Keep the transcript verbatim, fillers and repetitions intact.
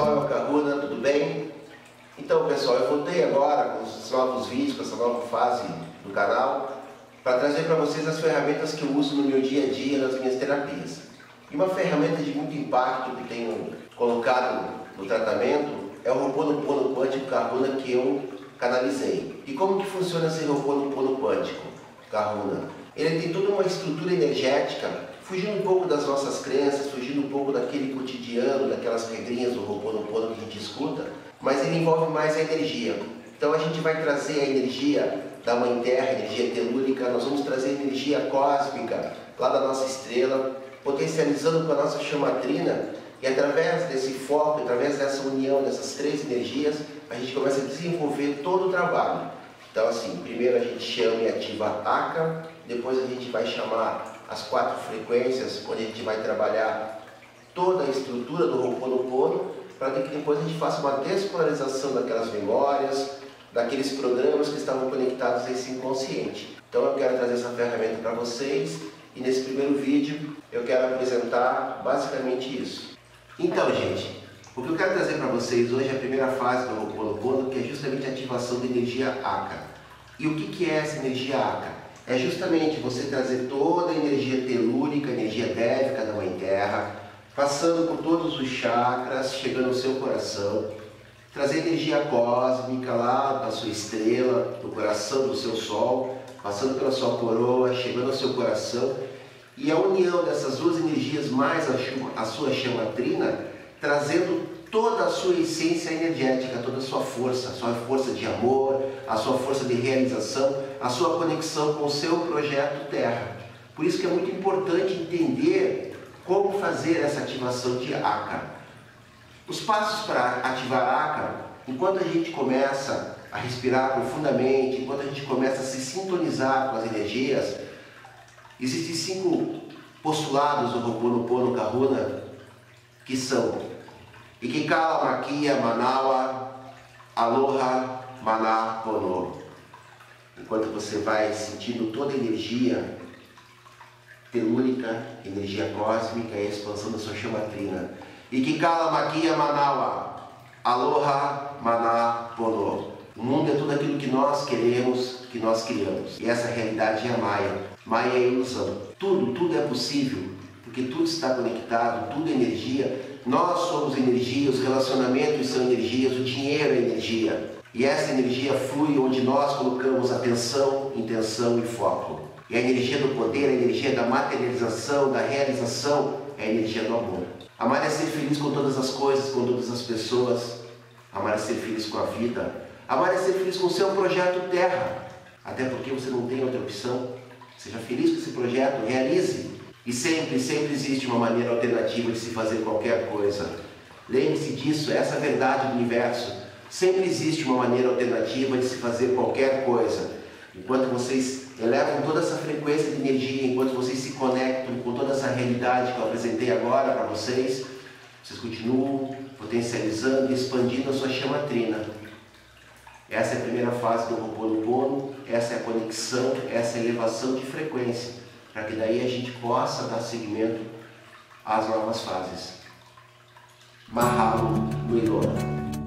pessoal, é o Kahuna, tudo bem? Então pessoal, eu voltei agora com os novos vídeos, com essa nova fase do canal, para trazer para vocês as ferramentas que eu uso no meu dia a dia, nas minhas terapias. E uma ferramenta de muito impacto que tenho colocado no tratamento é o Ho'oponopono Quântico Kahuna, que eu canalizei. E como que funciona esse Ho'oponopono Quântico Kahuna? Ele tem toda uma estrutura energética, fugindo um pouco das nossas crenças, fugindo um pouco daquele cotidiano, daquelas regrinhas do Ho'oponopono que a gente escuta, mas ele envolve mais a energia. Então a gente vai trazer a energia da Mãe Terra, a energia telúrica, nós vamos trazer a energia cósmica lá da nossa estrela, potencializando com a nossa chamatrina, e através desse foco, através dessa união dessas três energias, a gente começa a desenvolver todo o trabalho. Então assim, primeiro a gente chama e ativa a Aka, depois a gente vai chamar as quatro frequências, onde a gente vai trabalhar toda a estrutura do Ho'oponopono, para que depois a gente faça uma despolarização daquelas memórias, daqueles programas que estavam conectados a esse inconsciente. Então eu quero trazer essa ferramenta para vocês, e nesse primeiro vídeo eu quero apresentar basicamente isso. Então gente, o que eu quero trazer para vocês hoje é a primeira fase do Ho'oponopono, que é justamente a ativação da energia Aka. E o que que é essa energia Aka? É justamente você trazer toda a energia telúrica, a energia dévica da Mãe Terra, passando por todos os chakras, chegando ao seu coração, trazer energia cósmica lá da sua estrela, do coração do seu sol, passando pela sua coroa, chegando ao seu coração, e a união dessas duas energias mais a, chama, a sua chamatrina, trazendo toda a sua essência energética, toda a sua força, a sua força de amor, a sua força de realização, a sua conexão com o seu projeto Terra. Por isso que é muito importante entender como fazer essa ativação de Aka. Os passos para ativar Aka, enquanto a gente começa a respirar profundamente, enquanto a gente começa a se sintonizar com as energias, existem cinco postulados do Ho'oponopono Kahuna, que são Ikikala Makia Manawa Aloha Manapono. Enquanto você vai sentindo toda a energia telúrica, energia cósmica e a expansão da sua chamatrina. Ikikala Makia Manawa Aloha Manapono. O mundo é tudo aquilo que nós queremos, que nós criamos. E essa realidade é a Maya. Maya é a ilusão. Tudo, tudo é possível, porque tudo está conectado, tudo é energia. Nós somos energia, os relacionamentos são energias, o dinheiro é energia. E essa energia flui onde nós colocamos atenção, intenção e foco. E a energia do poder, a energia da materialização, da realização, é a energia do amor. Amar é ser feliz com todas as coisas, com todas as pessoas. Amar é ser feliz com a vida. Amar é ser feliz com o seu projeto Terra. Até porque você não tem outra opção. Seja feliz com esse projeto, realize. E sempre, sempre existe uma maneira alternativa de se fazer qualquer coisa. Lembre-se disso, essa é a verdade do universo. Sempre existe uma maneira alternativa de se fazer qualquer coisa. Enquanto vocês elevam toda essa frequência de energia, enquanto vocês se conectam com toda essa realidade que eu apresentei agora para vocês, vocês continuam potencializando e expandindo a sua chamatrina. Essa é a primeira fase do Ho'oponopono, essa é a conexão, essa é a elevação de frequência, para que daí a gente possa dar seguimento às novas fases. Mahalo no Ilona.